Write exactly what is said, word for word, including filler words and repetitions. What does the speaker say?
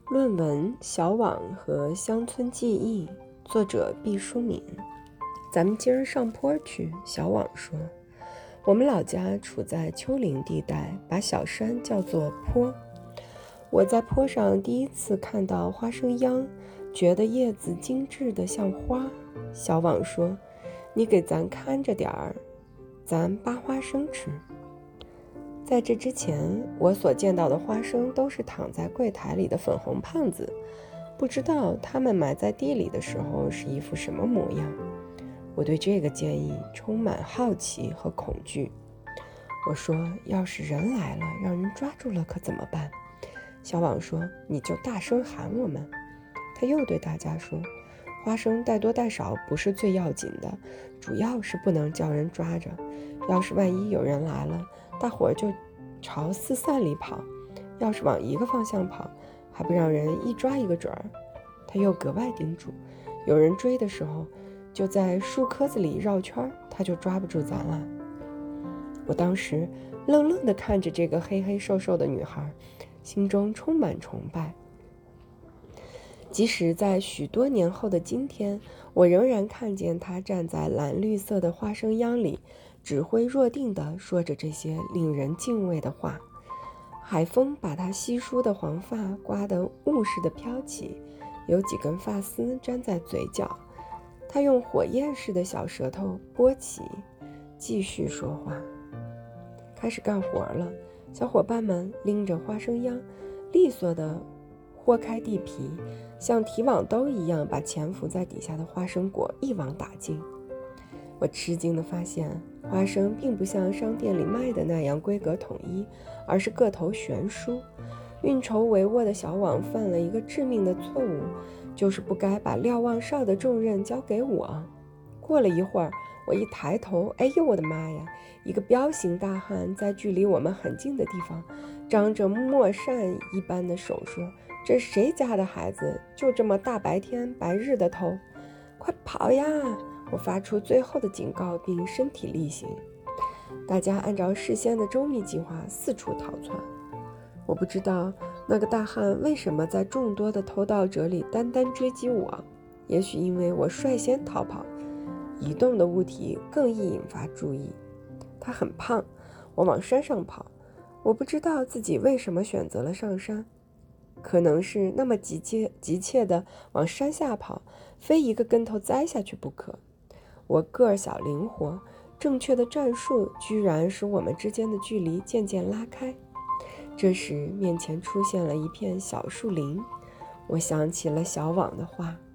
论文《小网和乡村记忆》，作者毕淑敏。咱们今儿上坡去，小网说。我们老家处在丘陵地带，把小山叫做坡。我在坡上第一次看到花生秧，觉得叶子精致的像花。小网说，你给咱看着点儿，咱扒花生吃。在这之前，我所见到的花生都是躺在柜台里的粉红胖子，不知道它们埋在地里的时候是一副什么模样。我对这个建议充满好奇和恐惧。我说，要是人来了，让人抓住了可怎么办？小网说，你就大声喊我们。他又对大家说，花生带多带少不是最要紧的，主要是不能叫人抓着。要是万一有人来了，大伙儿就朝四散里跑，要是往一个方向跑，还不让人一抓一个准儿。他又格外叮嘱，有人追的时候，就在树棵子里绕圈，他就抓不住咱了。我当时愣愣地看着这个黑黑瘦瘦的女孩，心中充满崇拜。即使在许多年后的今天，我仍然看见她站在蓝绿色的花生秧里，指挥若定地说着这些令人敬畏的话。海风把她稀疏的黄发刮得雾似的飘起，有几根发丝粘在嘴角。她用火焰似的小舌头拨起，继续说话。开始干活了，小伙伴们拎着花生秧，利索地豁开地皮，像提网兜一样把潜伏在底下的花生果一网打尽。我吃惊地发现，花生并不像商店里卖的那样规格统一，而是个头悬殊。运筹帷幄的小网犯了一个致命的错误，就是不该把瞭望哨的重任交给我。过了一会儿，我一抬头，哎呦我的妈呀，一个彪形大汉在距离我们很近的地方张着墨扇一般的手说，这是谁家的孩子，就这么大白天白日的偷，快跑呀！我发出最后的警告，并身体力行。大家按照事先的周密计划四处逃窜。我不知道那个大汉为什么在众多的偷盗者里单单追击我，也许因为我率先逃跑，移动的物体更易引发注意。他很胖，我往山上跑。我不知道自己为什么选择了上山，可能是那么急切急切地往山下跑，非一个跟头栽下去不可。我个儿小灵活，正确的战术居然使我们之间的距离渐渐拉开。这时面前出现了一片小树林，我想起了小网的话，